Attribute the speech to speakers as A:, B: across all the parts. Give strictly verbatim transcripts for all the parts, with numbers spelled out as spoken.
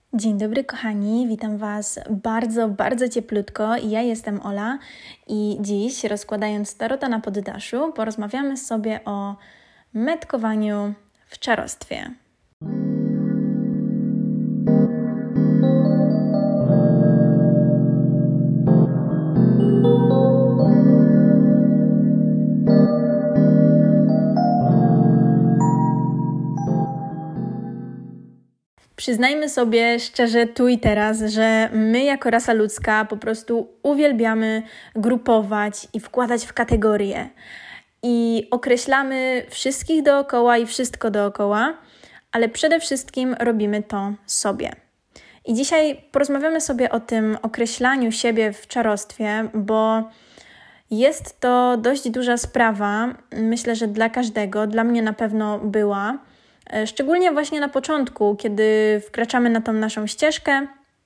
A: Dzień dobry kochani, witam Was bardzo, bardzo cieplutko. Ja jestem Ola i dziś, rozkładając tarota na poddaszu, porozmawiamy sobie o metkowaniu w czarostwie. Przyznajmy sobie szczerze tu i teraz, że my jako rasa ludzka po prostu uwielbiamy grupować i wkładać w kategorie. I określamy wszystkich dookoła i wszystko dookoła, ale przede wszystkim robimy to sobie. I dzisiaj porozmawiamy sobie o tym określaniu siebie w czarostwie, bo jest to dość duża sprawa. Myślę, że dla każdego, dla mnie na pewno była. Szczególnie właśnie na początku, kiedy wkraczamy na tą naszą ścieżkę,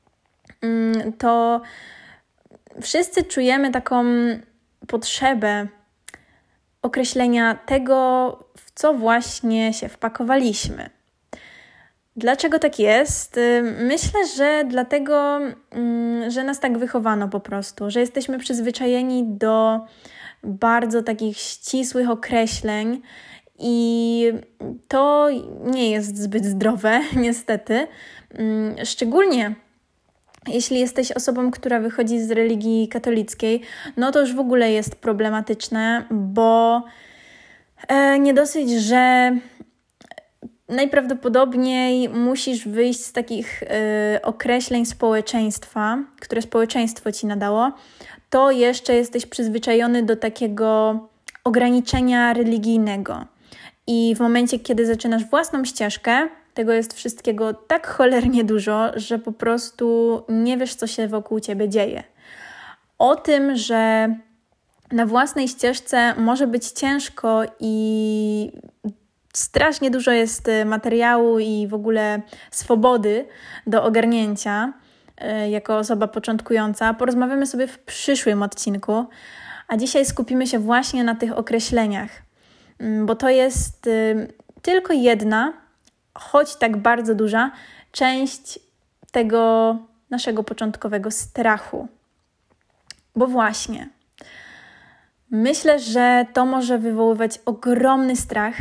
A: to wszyscy czujemy taką potrzebę określenia tego, w co właśnie się wpakowaliśmy. Dlaczego tak jest? Myślę, że dlatego, że nas tak wychowano po prostu, że jesteśmy przyzwyczajeni do bardzo takich ścisłych określeń, i to nie jest zbyt zdrowe, niestety. Szczególnie jeśli jesteś osobą, która wychodzi z religii katolickiej, no to już w ogóle jest problematyczne, bo nie dosyć, że najprawdopodobniej musisz wyjść z takich określeń społeczeństwa, które społeczeństwo ci nadało, to jeszcze jesteś przyzwyczajony do takiego ograniczenia religijnego. I w momencie, kiedy zaczynasz własną ścieżkę, tego jest wszystkiego tak cholernie dużo, że po prostu nie wiesz, co się wokół ciebie dzieje. O tym, że na własnej ścieżce może być ciężko i strasznie dużo jest materiału i w ogóle swobody do ogarnięcia jako osoba początkująca, porozmawiamy sobie w przyszłym odcinku, a dzisiaj skupimy się właśnie na tych określeniach. Bo to jest y, tylko jedna, choć tak bardzo duża, część tego naszego początkowego strachu. Bo właśnie, myślę, że to może wywoływać ogromny strach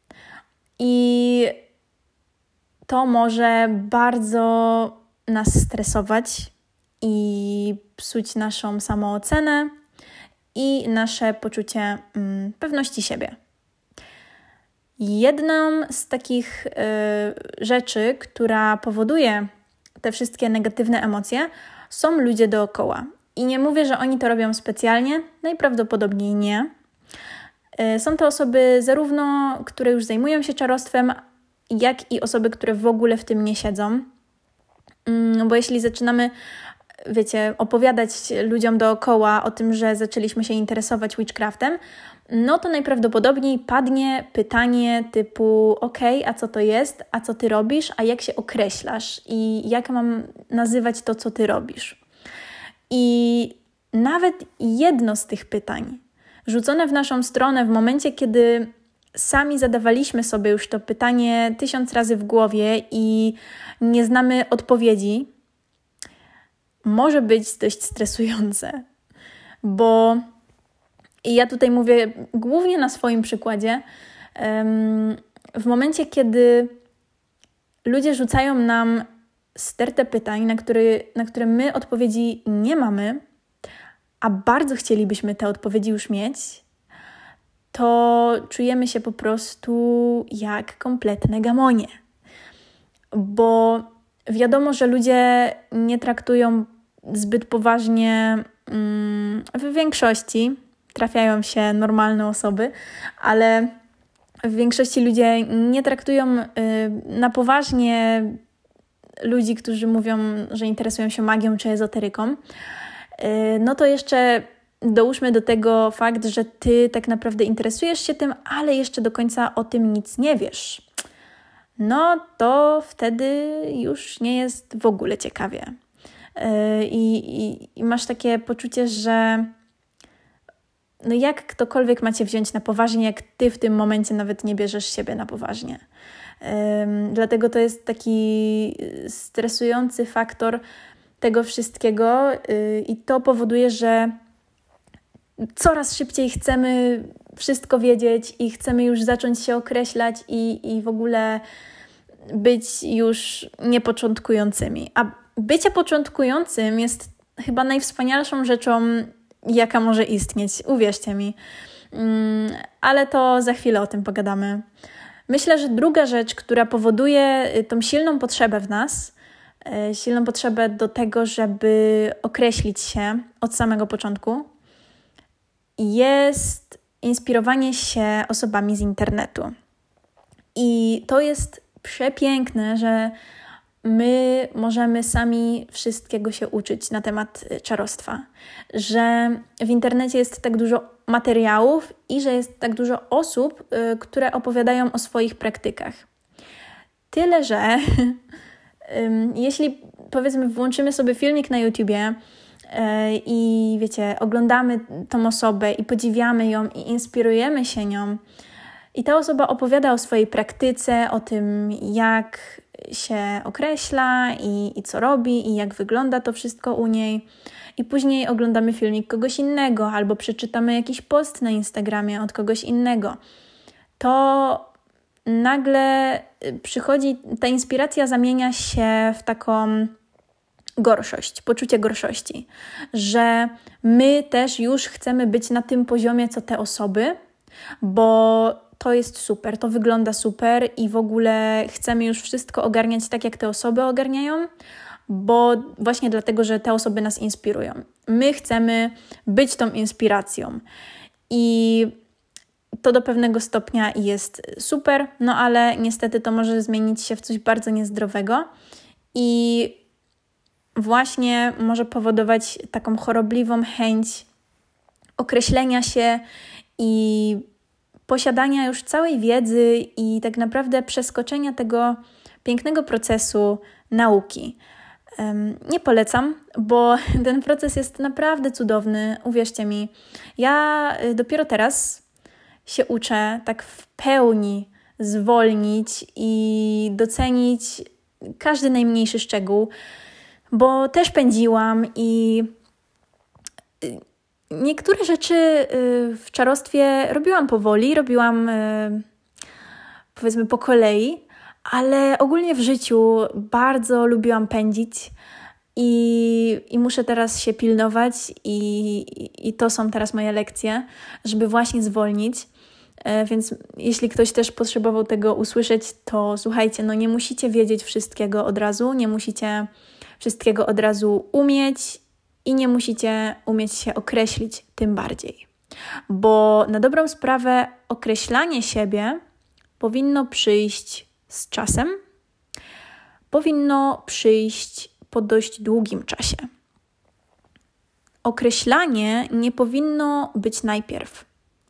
A: i to może bardzo nas stresować i psuć naszą samoocenę i nasze poczucie mm, pewności siebie. Jedną z takich y, rzeczy, która powoduje te wszystkie negatywne emocje, są ludzie dookoła. I nie mówię, że oni to robią specjalnie, najprawdopodobniej nie. Y, są to osoby zarówno, które już zajmują się czarostwem, jak i osoby, które w ogóle w tym nie siedzą. Y, bo jeśli zaczynamy, wiecie, opowiadać ludziom dookoła o tym, że zaczęliśmy się interesować witchcraftem, no to najprawdopodobniej padnie pytanie typu okej, a co to jest, a co ty robisz, a jak się określasz i jak mam nazywać to, co ty robisz. I nawet jedno z tych pytań rzucone w naszą stronę w momencie, kiedy sami zadawaliśmy sobie już to pytanie tysiąc razy w głowie i nie znamy odpowiedzi, może być dość stresujące, bo i ja tutaj mówię głównie na swoim przykładzie. W momencie, kiedy ludzie rzucają nam stertę pytań, na które, na które my odpowiedzi nie mamy, a bardzo chcielibyśmy te odpowiedzi już mieć, to czujemy się po prostu jak kompletne gamonie. Bo wiadomo, że ludzie nie traktują zbyt poważnie w większości, trafiają się normalne osoby, ale w większości ludzie nie traktują y, na poważnie ludzi, którzy mówią, że interesują się magią czy ezoteryką. Y, no to jeszcze dołóżmy do tego fakt, że ty tak naprawdę interesujesz się tym, ale jeszcze do końca o tym nic nie wiesz. No to wtedy już nie jest w ogóle ciekawie. Y, i, i masz takie poczucie, że no jak ktokolwiek ma cię wziąć na poważnie, jak ty w tym momencie nawet nie bierzesz siebie na poważnie. Dlatego to jest taki stresujący faktor tego wszystkiego i to powoduje, że coraz szybciej chcemy wszystko wiedzieć i chcemy już zacząć się określać i, i w ogóle być już niepoczątkującymi. A bycie początkującym jest chyba najwspanialszą rzeczą, jaka może istnieć. Uwierzcie mi. Ale to za chwilę o tym pogadamy. Myślę, że druga rzecz, która powoduje tą silną potrzebę w nas, silną potrzebę do tego, żeby określić się od samego początku, jest inspirowanie się osobami z internetu. I to jest przepiękne, że my możemy sami wszystkiego się uczyć na temat czarostwa, że w internecie jest tak dużo materiałów i że jest tak dużo osób, y, które opowiadają o swoich praktykach. Tyle, że y, jeśli powiedzmy włączymy sobie filmik na YouTubie y, i wiecie, oglądamy tą osobę i podziwiamy ją i inspirujemy się nią i ta osoba opowiada o swojej praktyce, o tym jak się określa i, i co robi i jak wygląda to wszystko u niej. I później oglądamy filmik kogoś innego albo przeczytamy jakiś post na Instagramie od kogoś innego. To nagle przychodzi, ta inspiracja zamienia się w taką gorszość, poczucie gorszości, że my też już chcemy być na tym poziomie, co te osoby, bo to jest super, to wygląda super i w ogóle chcemy już wszystko ogarniać tak, jak te osoby ogarniają, bo właśnie dlatego, że te osoby nas inspirują. My chcemy być tą inspiracją i to do pewnego stopnia jest super, no ale niestety to może zmienić się w coś bardzo niezdrowego i właśnie może powodować taką chorobliwą chęć określenia się i posiadania już całej wiedzy i tak naprawdę przeskoczenia tego pięknego procesu nauki. Nie polecam, bo ten proces jest naprawdę cudowny, uwierzcie mi. Ja dopiero teraz się uczę tak w pełni zwolnić i docenić każdy najmniejszy szczegół, bo też pędziłam i niektóre rzeczy w czarostwie robiłam powoli, robiłam powiedzmy po kolei, ale ogólnie w życiu bardzo lubiłam pędzić i, i muszę teraz się pilnować i, i to są teraz moje lekcje, żeby właśnie zwolnić. Więc jeśli ktoś też potrzebował tego usłyszeć, to słuchajcie, no nie musicie wiedzieć wszystkiego od razu, nie musicie wszystkiego od razu umieć i nie musicie umieć się określić tym bardziej. Bo na dobrą sprawę określanie siebie powinno przyjść z czasem, powinno przyjść po dość długim czasie. Określanie nie powinno być najpierw.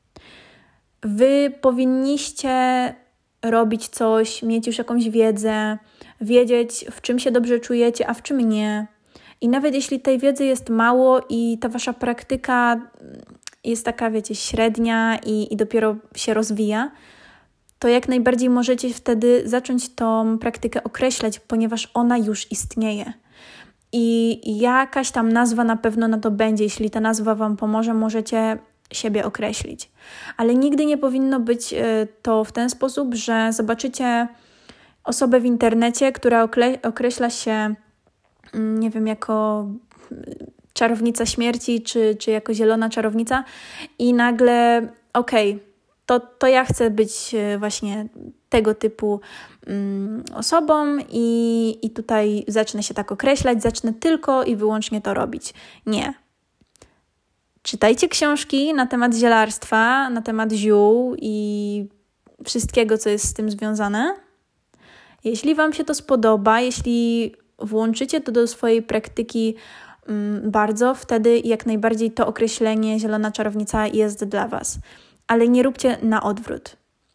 A: Wy powinniście robić coś, mieć już jakąś wiedzę, wiedzieć, w czym się dobrze czujecie, a w czym nie. I nawet jeśli tej wiedzy jest mało i ta wasza praktyka jest taka, wiecie, średnia i, i dopiero się rozwija, to jak najbardziej możecie wtedy zacząć tą praktykę określać, ponieważ ona już istnieje. I jakaś tam nazwa na pewno na to będzie. Jeśli ta nazwa wam pomoże, możecie siebie określić. Ale nigdy nie powinno być to w ten sposób, że zobaczycie osobę w internecie, która określa się, nie wiem, jako czarownica śmierci, czy, czy jako zielona czarownica i nagle, okej, okay, to, to ja chcę być właśnie tego typu um, osobą i, i tutaj zacznę się tak określać, zacznę tylko i wyłącznie to robić. Nie. Czytajcie książki na temat zielarstwa, na temat ziół i wszystkiego, co jest z tym związane. Jeśli wam się to spodoba, jeśli włączycie to do swojej praktyki um, bardzo, wtedy jak najbardziej to określenie zielona czarownica jest dla was. Ale nie róbcie na odwrót.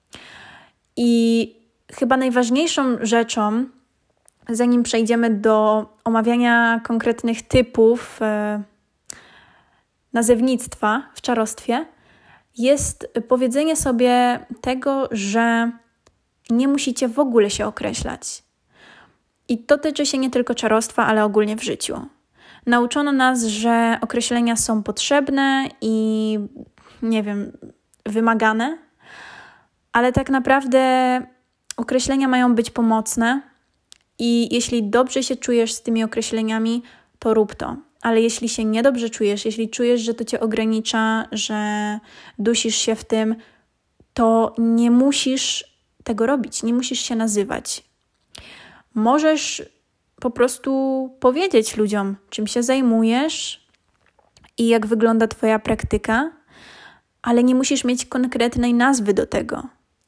A: I chyba najważniejszą rzeczą, zanim przejdziemy do omawiania konkretnych typów e, nazewnictwa w czarostwie, jest powiedzenie sobie tego, że nie musicie w ogóle się określać. I to tyczy się nie tylko czarostwa, ale ogólnie w życiu. Nauczono nas, że określenia są potrzebne i, nie wiem, wymagane, ale tak naprawdę określenia mają być pomocne i jeśli dobrze się czujesz z tymi określeniami, to rób to. Ale jeśli się niedobrze czujesz, jeśli czujesz, że to cię ogranicza, że dusisz się w tym, to nie musisz tego robić, nie musisz się nazywać. Możesz po prostu powiedzieć ludziom, czym się zajmujesz i jak wygląda twoja praktyka, ale nie musisz mieć konkretnej nazwy do tego.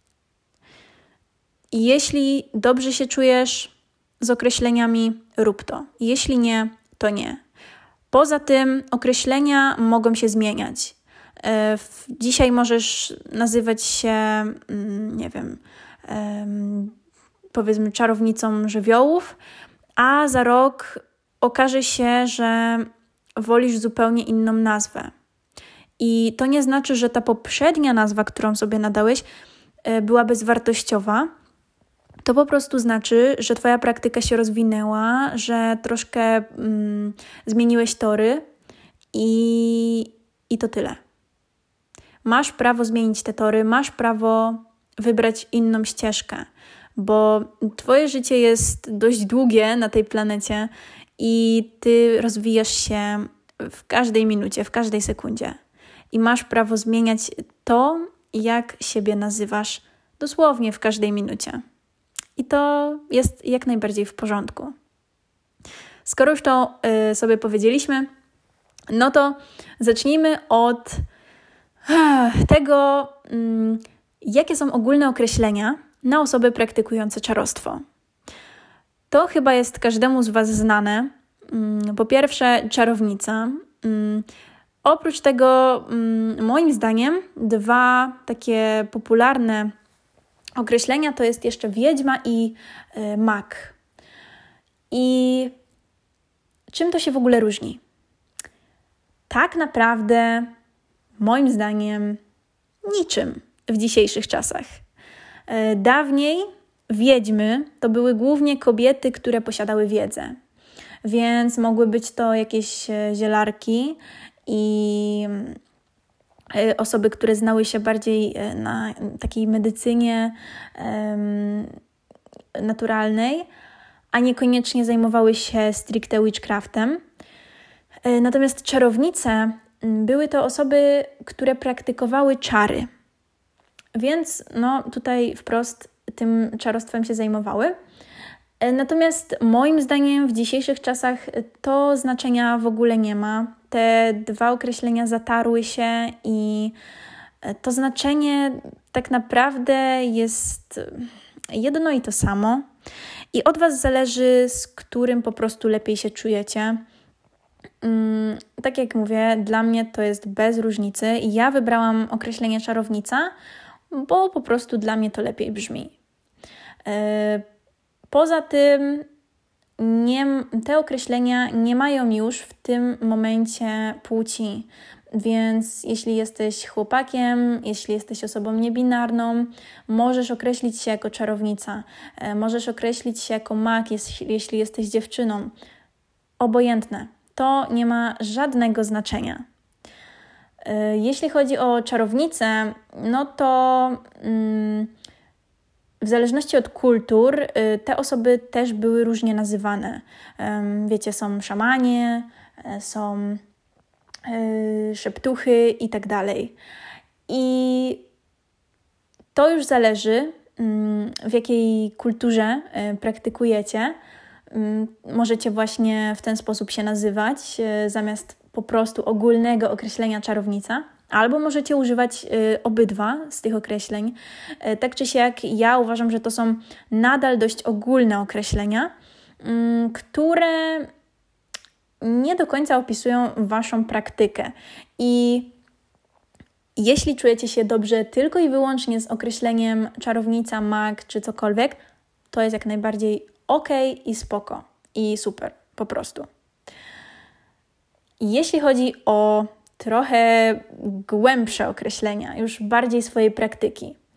A: I jeśli dobrze się czujesz z określeniami, rób to. Jeśli nie, to nie. Poza tym określenia mogą się zmieniać. Dzisiaj możesz nazywać się, nie wiem, powiedzmy czarownicą żywiołów, a za rok okaże się, że wolisz zupełnie inną nazwę. I to nie znaczy, że ta poprzednia nazwa, którą sobie nadałeś, była bezwartościowa. To po prostu znaczy, że twoja praktyka się rozwinęła, że troszkę mm, zmieniłeś tory i, i to tyle. Masz prawo zmienić te tory, masz prawo wybrać inną ścieżkę, bo twoje życie jest dość długie na tej planecie i ty rozwijasz się w każdej minucie, w każdej sekundzie. I masz prawo zmieniać to, jak siebie nazywasz, dosłownie w każdej minucie. I to jest jak najbardziej w porządku. Skoro już to y, sobie powiedzieliśmy, no to zacznijmy od uh, tego, um, jakie są ogólne określenia na osoby praktykujące czarostwo. To chyba jest każdemu z was znane. Um, po pierwsze, czarownica. Um, oprócz tego, um, moim zdaniem, dwa takie popularne określenia to jest jeszcze wiedźma i y, mag. I czym to się w ogóle różni? Tak naprawdę, moim zdaniem, niczym w dzisiejszych czasach. Y, dawniej wiedźmy to były głównie kobiety, które posiadały wiedzę. Więc mogły być to jakieś zielarki i osoby, które znały się bardziej na takiej medycynie um, naturalnej, a niekoniecznie zajmowały się stricte witchcraftem. Natomiast czarownice były to osoby, które praktykowały czary. Więc no, tutaj wprost tym czarostwem się zajmowały. Natomiast moim zdaniem w dzisiejszych czasach to znaczenia w ogóle nie ma. Te dwa określenia zatarły się i to znaczenie tak naprawdę jest jedno i to samo. I od was zależy, z którym po prostu lepiej się czujecie. Hmm, tak jak mówię, dla mnie to jest bez różnicy. Ja wybrałam określenie czarownica, bo po prostu dla mnie to lepiej brzmi. Yy, Poza tym nie, te określenia nie mają już w tym momencie płci, więc jeśli jesteś chłopakiem, jeśli jesteś osobą niebinarną, możesz określić się jako czarownica, możesz określić się jako mag, jeśli, jeśli jesteś dziewczyną. Obojętne. To nie ma żadnego znaczenia. Jeśli chodzi o czarownicę, no to Mm, w zależności od kultur te osoby też były różnie nazywane. Wiecie, są szamanie, są szeptuchy i tak dalej. I to już zależy, w jakiej kulturze praktykujecie. Możecie właśnie w ten sposób się nazywać, zamiast po prostu ogólnego określenia czarownica. Albo możecie używać y, obydwa z tych określeń. Y, tak czy siak, ja uważam, że to są nadal dość ogólne określenia, y, które nie do końca opisują waszą praktykę. I jeśli czujecie się dobrze tylko i wyłącznie z określeniem czarownica, mag czy cokolwiek, to jest jak najbardziej okej i spoko i super, po prostu. Jeśli chodzi o trochę głębsze określenia, już bardziej swojej praktyki,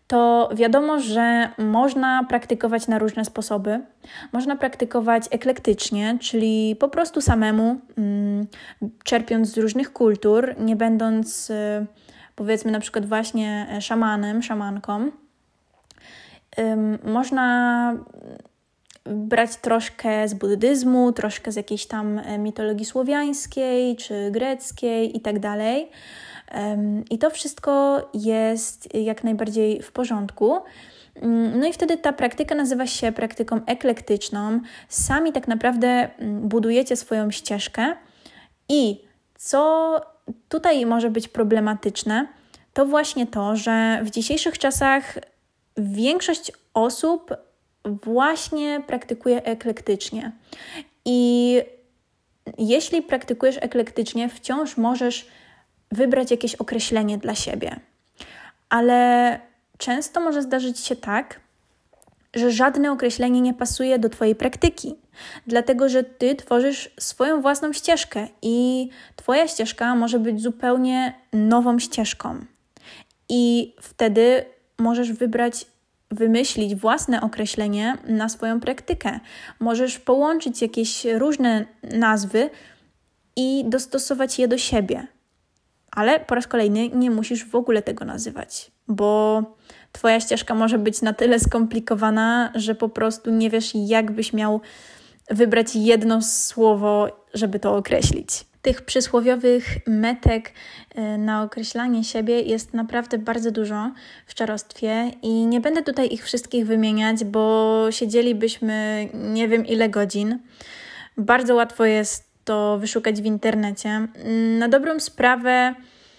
A: to wiadomo, że można praktykować na różne sposoby. Można praktykować eklektycznie, czyli po prostu samemu, mm, czerpiąc z różnych kultur, nie będąc, y, powiedzmy na przykład właśnie szamanem, szamanką. Ym, można brać troszkę z buddyzmu, troszkę z jakiejś tam mitologii słowiańskiej czy greckiej i tak dalej. I to wszystko jest jak najbardziej w porządku. No i wtedy ta praktyka nazywa się praktyką eklektyczną. Sami tak naprawdę budujecie swoją ścieżkę i co tutaj może być problematyczne, to właśnie to, że w dzisiejszych czasach większość osób właśnie praktykuje eklektycznie. I jeśli praktykujesz eklektycznie, wciąż możesz wybrać jakieś określenie dla siebie. Ale często może zdarzyć się tak, że żadne określenie nie pasuje do Twojej praktyki, dlatego że Ty tworzysz swoją własną ścieżkę i Twoja ścieżka może być zupełnie nową ścieżką. I wtedy możesz wybrać, wymyślić własne określenie na swoją praktykę. Możesz połączyć jakieś różne nazwy i dostosować je do siebie. Ale po raz kolejny nie musisz w ogóle tego nazywać, bo Twoja ścieżka może być na tyle skomplikowana, że po prostu nie wiesz, jak byś miał wybrać jedno słowo, żeby to określić. Tych przysłowiowych metek na określanie siebie jest naprawdę bardzo dużo w czarostwie i nie będę tutaj ich wszystkich wymieniać, bo siedzielibyśmy nie wiem ile godzin. Bardzo łatwo jest to wyszukać w internecie. Na dobrą sprawę,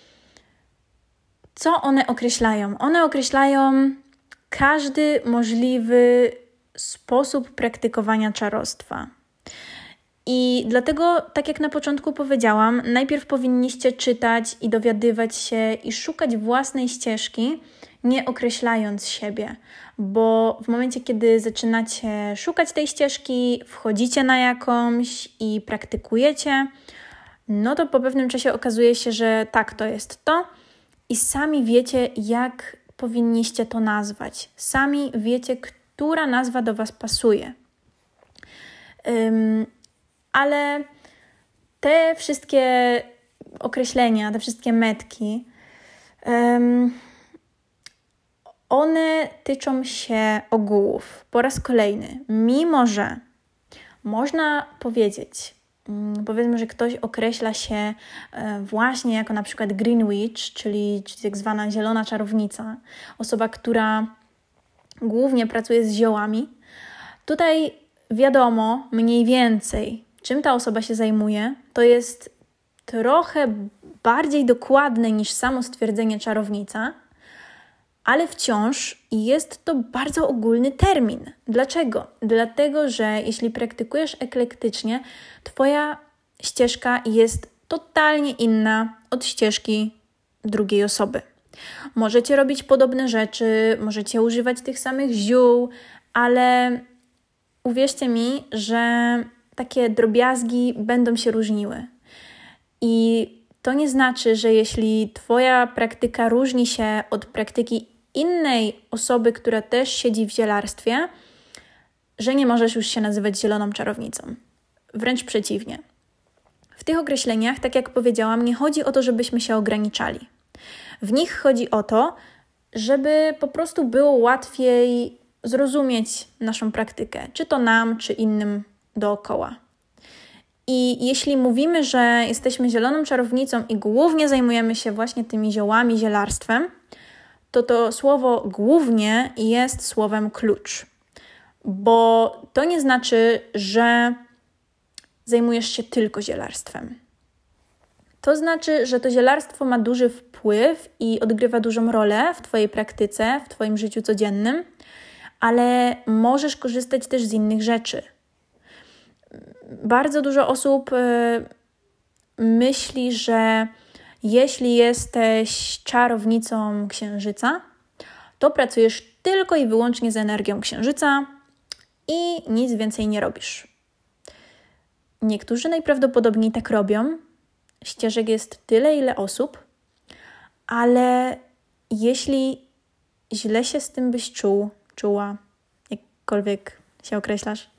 A: co one określają? One określają każdy możliwy sposób praktykowania czarostwa. I dlatego, tak jak na początku powiedziałam, najpierw powinniście czytać i dowiadywać się i szukać własnej ścieżki, nie określając siebie, bo w momencie, kiedy zaczynacie szukać tej ścieżki, wchodzicie na jakąś i praktykujecie, no to po pewnym czasie okazuje się, że tak, to jest to i sami wiecie, jak powinniście to nazwać. Sami wiecie, która nazwa do Was pasuje. Um, ale te wszystkie określenia, te wszystkie metki, um, one tyczą się ogółów. Po raz kolejny, mimo że można powiedzieć, powiedzmy, że ktoś określa się właśnie jako na przykład Green Witch, czyli, czyli tak zwana zielona czarownica, osoba, która głównie pracuje z ziołami. Tutaj wiadomo mniej więcej, czym ta osoba się zajmuje. To jest trochę bardziej dokładne niż samo stwierdzenie czarownica, ale wciąż jest to bardzo ogólny termin. Dlaczego? Dlatego, że jeśli praktykujesz eklektycznie, Twoja ścieżka jest totalnie inna od ścieżki drugiej osoby. Możecie robić podobne rzeczy, możecie używać tych samych ziół, ale uwierzcie mi, że takie drobiazgi będą się różniły. I to nie znaczy, że jeśli Twoja praktyka różni się od praktyki innej osoby, która też siedzi w zielarstwie, że nie możesz już się nazywać zieloną czarownicą. Wręcz przeciwnie. W tych określeniach, tak jak powiedziałam, nie chodzi o to, żebyśmy się ograniczali. W nich chodzi o to, żeby po prostu było łatwiej zrozumieć naszą praktykę, czy to nam, czy innym dookoła. I jeśli mówimy, że jesteśmy zieloną czarownicą i głównie zajmujemy się właśnie tymi ziołami, zielarstwem, to to słowo głównie jest słowem klucz. Bo to nie znaczy, że zajmujesz się tylko zielarstwem. To znaczy, że to zielarstwo ma duży wpływ i odgrywa dużą rolę w Twojej praktyce, w Twoim życiu codziennym, ale możesz korzystać też z innych rzeczy. Bardzo dużo osób y, myśli, że jeśli jesteś czarownicą księżyca, to pracujesz tylko i wyłącznie z energią księżyca i nic więcej nie robisz. Niektórzy najprawdopodobniej tak robią. Ścieżek jest tyle, ile osób, ale jeśli źle się z tym byś czuł, czuła, jakkolwiek się określasz,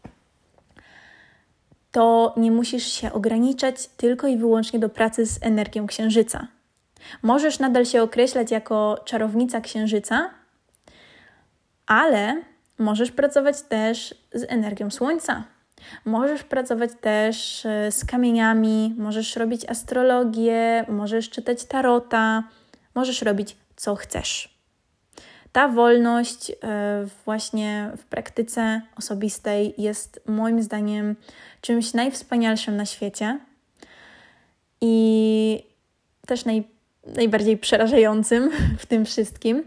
A: to nie musisz się ograniczać tylko i wyłącznie do pracy z energią księżyca. Możesz nadal się określać jako czarownica księżyca, ale możesz pracować też z energią słońca. Możesz pracować też z kamieniami, możesz robić astrologię, możesz czytać tarota, możesz robić co chcesz. Ta wolność właśnie w praktyce osobistej jest moim zdaniem czymś najwspanialszym na świecie i też naj, najbardziej przerażającym w tym wszystkim,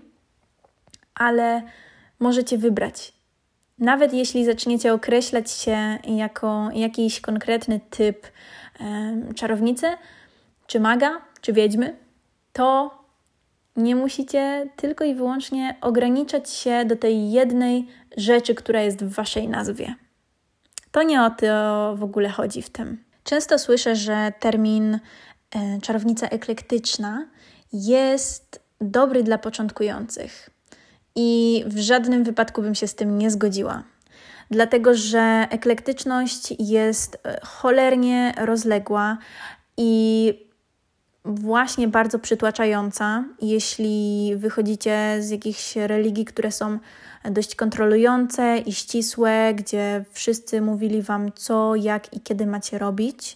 A: ale możecie wybrać. Nawet jeśli zaczniecie określać się jako jakiś konkretny typ e, czarownicy, czy maga, czy wiedźmy, to nie musicie tylko i wyłącznie ograniczać się do tej jednej rzeczy, która jest w waszej nazwie. To nie o to w ogóle chodzi w tym. Często słyszę, że termin e, czarownica eklektyczna jest dobry dla początkujących. I w żadnym wypadku bym się z tym nie zgodziła. Dlatego, że eklektyczność jest cholernie rozległa i właśnie bardzo przytłaczająca, jeśli wychodzicie z jakichś religii, które są dość kontrolujące i ścisłe, gdzie wszyscy mówili wam co, jak i kiedy macie robić,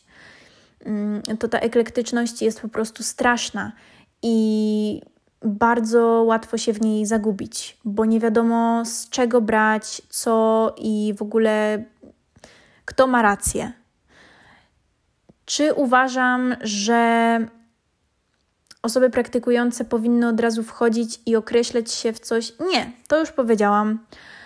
A: to ta eklektyczność jest po prostu straszna i bardzo łatwo się w niej zagubić, bo nie wiadomo z czego brać, co i w ogóle kto ma rację. Czy uważam, że osoby praktykujące powinny od razu wchodzić i określać się w coś? Nie, to już powiedziałam.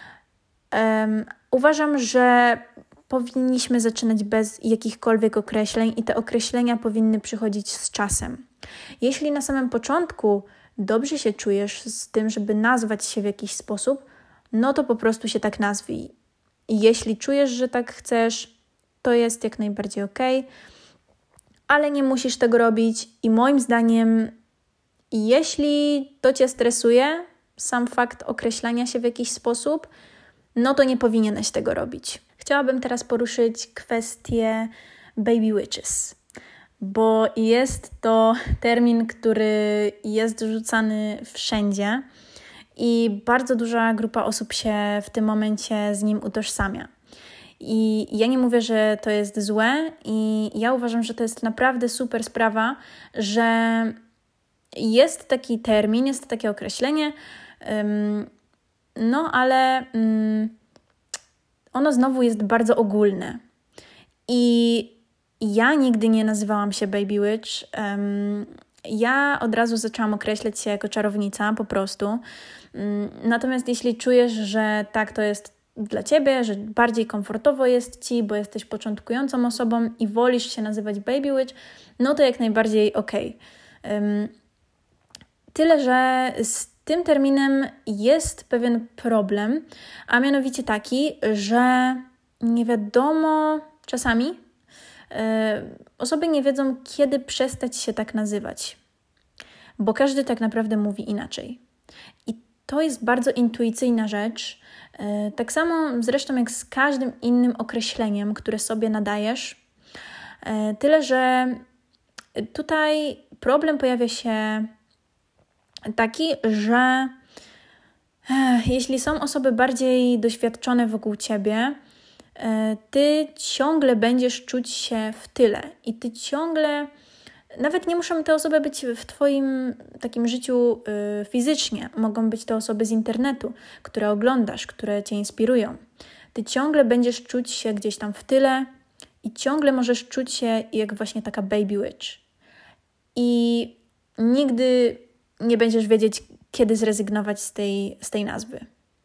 A: Um, uważam, że powinniśmy zaczynać bez jakichkolwiek określeń i te określenia powinny przychodzić z czasem. Jeśli na samym początku dobrze się czujesz z tym, żeby nazwać się w jakiś sposób, no to po prostu się tak nazwij. I jeśli czujesz, że tak chcesz, to jest jak najbardziej okej, ale nie musisz tego robić i moim zdaniem, jeśli to cię stresuje, sam fakt określania się w jakiś sposób, no to nie powinieneś tego robić. Chciałabym teraz poruszyć kwestię baby witches, bo jest to termin, który jest rzucany wszędzie i bardzo duża grupa osób się w tym momencie z nim utożsamia. I ja nie mówię, że to jest złe i ja uważam, że to jest naprawdę super sprawa, że jest taki termin, jest takie określenie, no ale ono znowu jest bardzo ogólne. I ja nigdy nie nazywałam się Baby Witch. Um, ja od razu zaczęłam określać się jako czarownica, po prostu. Um, natomiast jeśli czujesz, że tak to jest dla ciebie, że bardziej komfortowo jest ci, bo jesteś początkującą osobą i wolisz się nazywać Baby Witch, no to jak najbardziej okej. Okay. Um, tyle, że z tym terminem jest pewien problem, a mianowicie taki, że nie wiadomo czasami, osoby nie wiedzą, kiedy przestać się tak nazywać, bo każdy tak naprawdę mówi inaczej. I to jest bardzo intuicyjna rzecz, tak samo zresztą jak z każdym innym określeniem, które sobie nadajesz, tyle, że tutaj problem pojawia się taki, że jeśli są osoby bardziej doświadczone wokół ciebie, ty ciągle będziesz czuć się w tyle i ty ciągle, nawet nie muszą te osoby być w twoim takim życiu y, fizycznie, mogą być to osoby z internetu, które oglądasz, które cię inspirują. Ty ciągle będziesz czuć się gdzieś tam w tyle i ciągle możesz czuć się jak właśnie taka baby witch. I nigdy nie będziesz wiedzieć, kiedy zrezygnować z tej, z tej nazwy.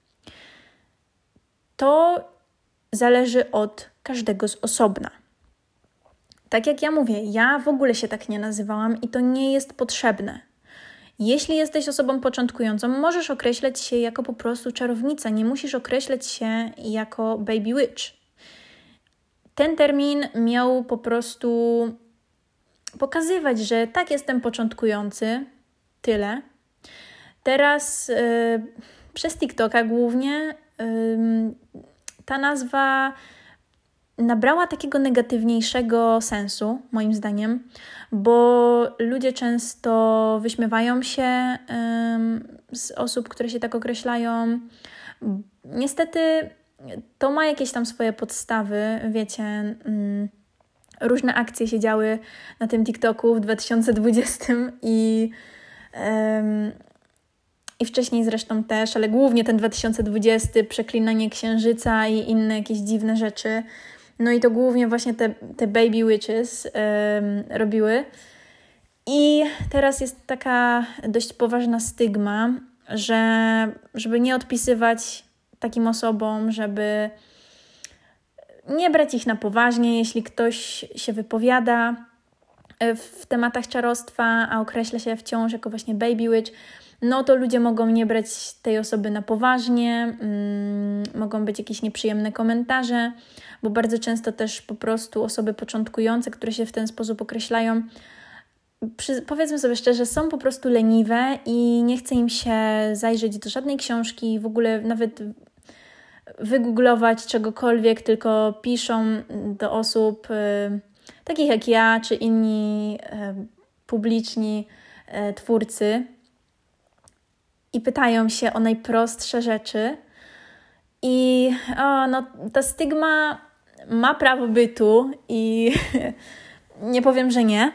A: To zależy od każdego z osobna. Tak jak ja mówię, ja w ogóle się tak nie nazywałam i to nie jest potrzebne. Jeśli jesteś osobą początkującą, możesz określać się jako po prostu czarownica, nie musisz określać się jako baby witch. Ten termin miał po prostu pokazywać, że tak, jestem początkujący, tyle. Teraz y, przez TikToka głównie y, ta nazwa nabrała takiego negatywniejszego sensu, moim zdaniem, bo ludzie często wyśmiewają się y, z osób, które się tak określają. Niestety to ma jakieś tam swoje podstawy, wiecie, y, różne akcje się działy na tym TikToku w dwa tysiące dwudziestym i y, I wcześniej zresztą też, ale głównie ten dwa tysiące dwudziesty, przeklinanie księżyca i inne jakieś dziwne rzeczy. No i to głównie właśnie te, te baby witches um, robiły. I teraz jest taka dość poważna stygma, że żeby nie odpisywać takim osobom, żeby nie brać ich na poważnie, jeśli ktoś się wypowiada w tematach czarostwa, a określa się wciąż jako właśnie baby witch, no to ludzie mogą nie brać tej osoby na poważnie, mm, mogą być jakieś nieprzyjemne komentarze, bo bardzo często też po prostu osoby początkujące, które się w ten sposób określają, przy, powiedzmy sobie szczerze, są po prostu leniwe i nie chce im się zajrzeć do żadnej książki, w ogóle nawet wygooglować czegokolwiek, tylko piszą do osób y, takich jak ja, czy inni y, publiczni y, twórcy, i pytają się o najprostsze rzeczy. I o, no, ta stygma ma prawo bytu i nie powiem, że nie.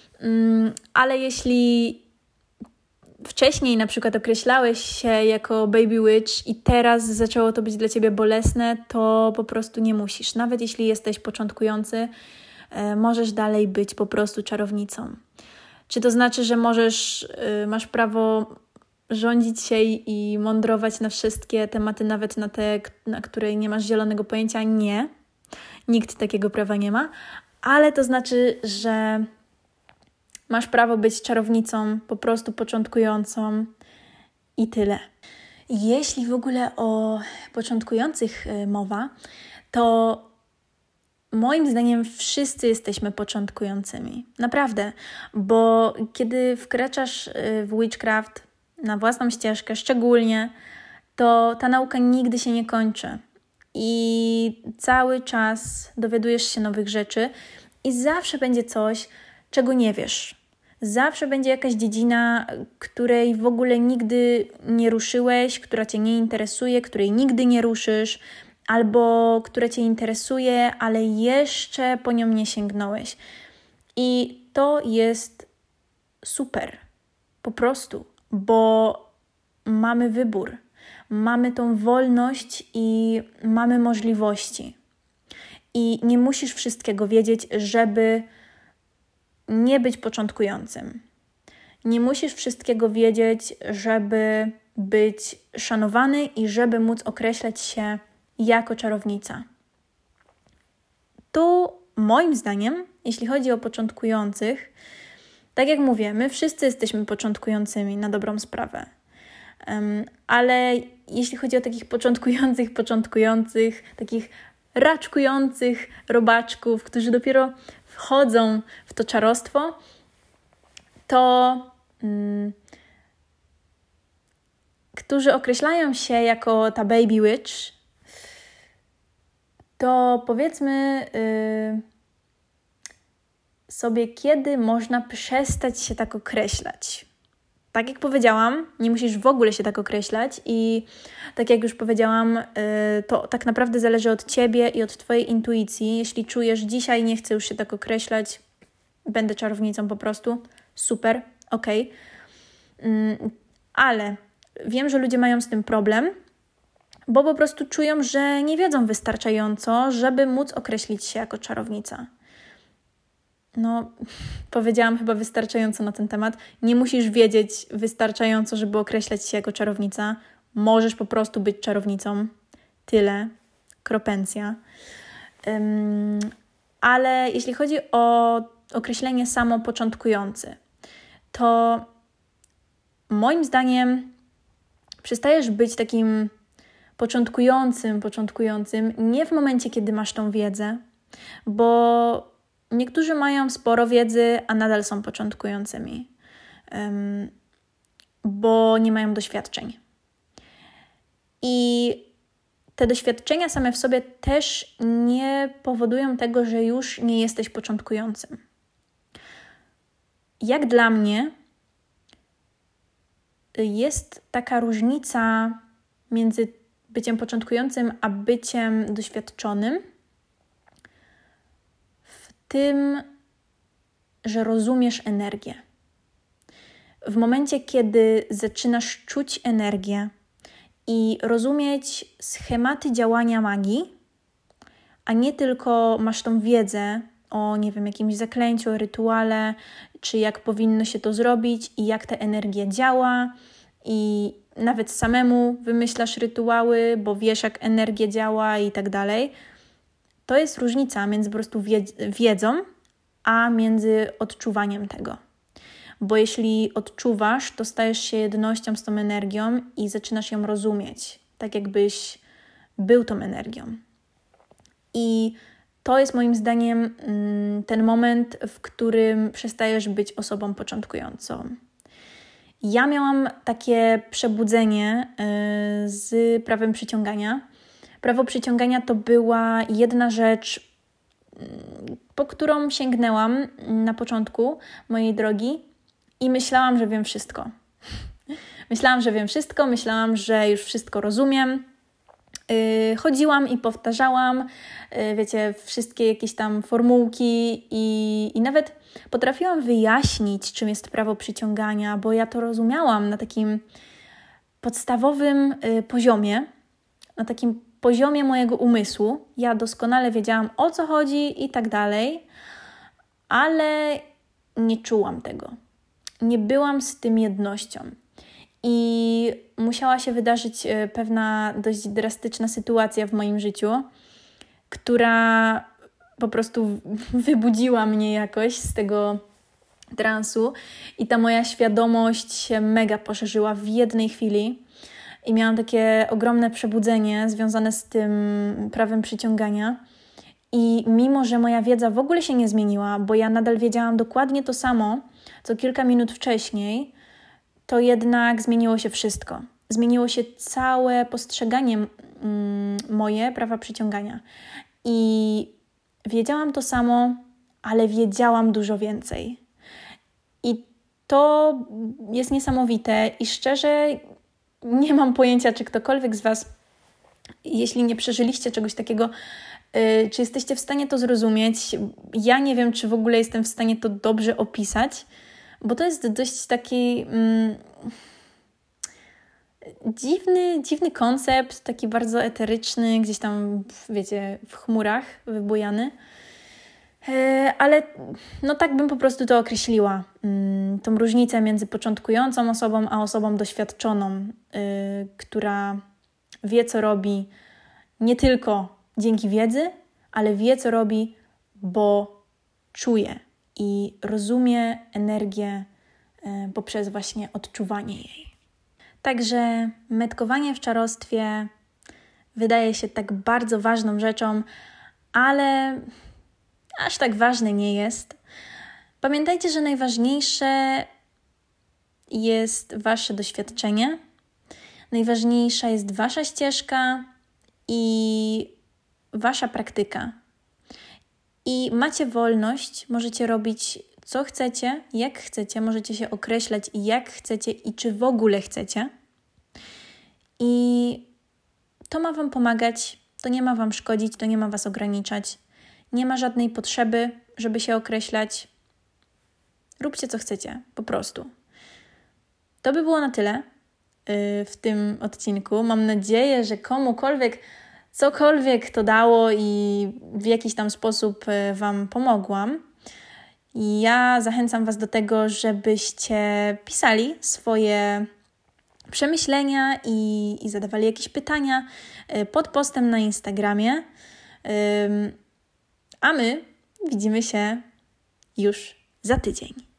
A: Ale jeśli wcześniej na przykład określałeś się jako baby witch i teraz zaczęło to być dla ciebie bolesne, to po prostu nie musisz. Nawet jeśli jesteś początkujący, możesz dalej być po prostu czarownicą. Czy to znaczy, że możesz, masz prawo rządzić się i mądrować na wszystkie tematy, nawet na te, na które nie masz zielonego pojęcia? Nie. Nikt takiego prawa nie ma. Ale to znaczy, że masz prawo być czarownicą, po prostu początkującą i tyle. Jeśli w ogóle o początkujących mowa, to moim zdaniem wszyscy jesteśmy początkującymi. Naprawdę. Bo kiedy wkraczasz w witchcraft na własną ścieżkę, szczególnie, to ta nauka nigdy się nie kończy. I cały czas dowiadujesz się nowych rzeczy i zawsze będzie coś, czego nie wiesz. Zawsze będzie jakaś dziedzina, której w ogóle nigdy nie ruszyłeś, która cię nie interesuje, której nigdy nie ruszysz, albo która cię interesuje, ale jeszcze po nią nie sięgnąłeś. I to jest super. Po prostu. Bo mamy wybór, mamy tą wolność i mamy możliwości. I nie musisz wszystkiego wiedzieć, żeby nie być początkującym. Nie musisz wszystkiego wiedzieć, żeby być szanowany i żeby móc określać się jako czarownica. Tu moim zdaniem, jeśli chodzi o początkujących, tak jak mówię, my wszyscy jesteśmy początkującymi na dobrą sprawę. Um, ale jeśli chodzi o takich początkujących, początkujących, takich raczkujących robaczków, którzy dopiero wchodzą w to czarostwo, to um, którzy określają się jako ta baby witch, to powiedzmy Yy, sobie, kiedy można przestać się tak określać. Tak jak powiedziałam, nie musisz w ogóle się tak określać i tak jak już powiedziałam, to tak naprawdę zależy od ciebie i od twojej intuicji. Jeśli czujesz, dzisiaj nie chcę już się tak określać, będę czarownicą po prostu, super, okej. Okay. Ale wiem, że ludzie mają z tym problem, bo po prostu czują, że nie wiedzą wystarczająco, żeby móc określić się jako czarownica. No, powiedziałam chyba wystarczająco na ten temat. Nie musisz wiedzieć wystarczająco, żeby określać się jako czarownica. Możesz po prostu być czarownicą. Tyle. Kropencja. Um, ale jeśli chodzi o określenie samo początkujący, to moim zdaniem przestajesz być takim początkującym, początkującym nie w momencie, kiedy masz tą wiedzę, bo niektórzy mają sporo wiedzy, a nadal są początkującymi. Um, bo nie mają doświadczeń. I te doświadczenia same w sobie też nie powodują tego, że już nie jesteś początkującym. Jak dla mnie jest taka różnica między byciem początkującym a byciem doświadczonym w tym, że rozumiesz energię. W momencie, kiedy zaczynasz czuć energię i rozumieć schematy działania magii, a nie tylko masz tą wiedzę o, nie wiem, jakimś zaklęciu, rytuale, czy jak powinno się to zrobić i jak ta energia działa, i nawet samemu wymyślasz rytuały, bo wiesz, jak energia działa i tak dalej. To jest różnica między po prostu wiedzą, a między odczuwaniem tego. Bo jeśli odczuwasz, to stajesz się jednością z tą energią i zaczynasz ją rozumieć, tak jakbyś był tą energią. I to jest moim zdaniem ten moment, w którym przestajesz być osobą początkującą. Ja miałam takie przebudzenie z prawem przyciągania. Prawo przyciągania to była jedna rzecz, po którą sięgnęłam na początku mojej drogi i myślałam, że wiem wszystko. Myślałam, że wiem wszystko, myślałam, że już wszystko rozumiem. Chodziłam i powtarzałam, wiecie, wszystkie jakieś tam formułki i, i nawet potrafiłam wyjaśnić, czym jest prawo przyciągania, bo ja to rozumiałam na takim podstawowym poziomie, na takim poziomie mojego umysłu. Ja doskonale wiedziałam, o co chodzi i tak dalej, ale nie czułam tego. Nie byłam z tym jednością. I musiała się wydarzyć pewna dość drastyczna sytuacja w moim życiu, która po prostu wybudziła mnie jakoś z tego transu i ta moja świadomość się mega poszerzyła w jednej chwili i miałam takie ogromne przebudzenie związane z tym prawem przyciągania. I mimo, że moja wiedza w ogóle się nie zmieniła, bo ja nadal wiedziałam dokładnie to samo, co kilka minut wcześniej, to jednak zmieniło się wszystko. Zmieniło się całe postrzeganie mm, moje prawa przyciągania. I wiedziałam to samo, ale wiedziałam dużo więcej. I to jest niesamowite i szczerze nie mam pojęcia, czy ktokolwiek z Was, jeśli nie przeżyliście czegoś takiego, yy, czy jesteście w stanie to zrozumieć. Ja nie wiem, czy w ogóle jestem w stanie to dobrze opisać, bo to jest dość taki mm, dziwny, dziwny koncept, taki bardzo eteryczny, gdzieś tam, wiecie, w chmurach wybujany. Yy, ale no tak bym po prostu to określiła. Yy, tą różnicę między początkującą osobą, a osobą doświadczoną, yy, która wie, co robi nie tylko dzięki wiedzy, ale wie, co robi, bo czuje i rozumie energię y, poprzez właśnie odczuwanie jej. Także metkowanie w czarostwie wydaje się tak bardzo ważną rzeczą, ale aż tak ważne nie jest. Pamiętajcie, że najważniejsze jest Wasze doświadczenie, najważniejsza jest Wasza ścieżka i Wasza praktyka. I macie wolność, możecie robić co chcecie, jak chcecie, możecie się określać jak chcecie i czy w ogóle chcecie. I to ma Wam pomagać, to nie ma Wam szkodzić, to nie ma Was ograniczać. Nie ma żadnej potrzeby, żeby się określać. Róbcie co chcecie, po prostu. To by było na tyle yy, w tym odcinku. Mam nadzieję, że komukolwiek cokolwiek to dało i w jakiś tam sposób Wam pomogłam. Ja zachęcam Was do tego, żebyście pisali swoje przemyślenia i, i zadawali jakieś pytania pod postem na Instagramie. A my widzimy się już za tydzień.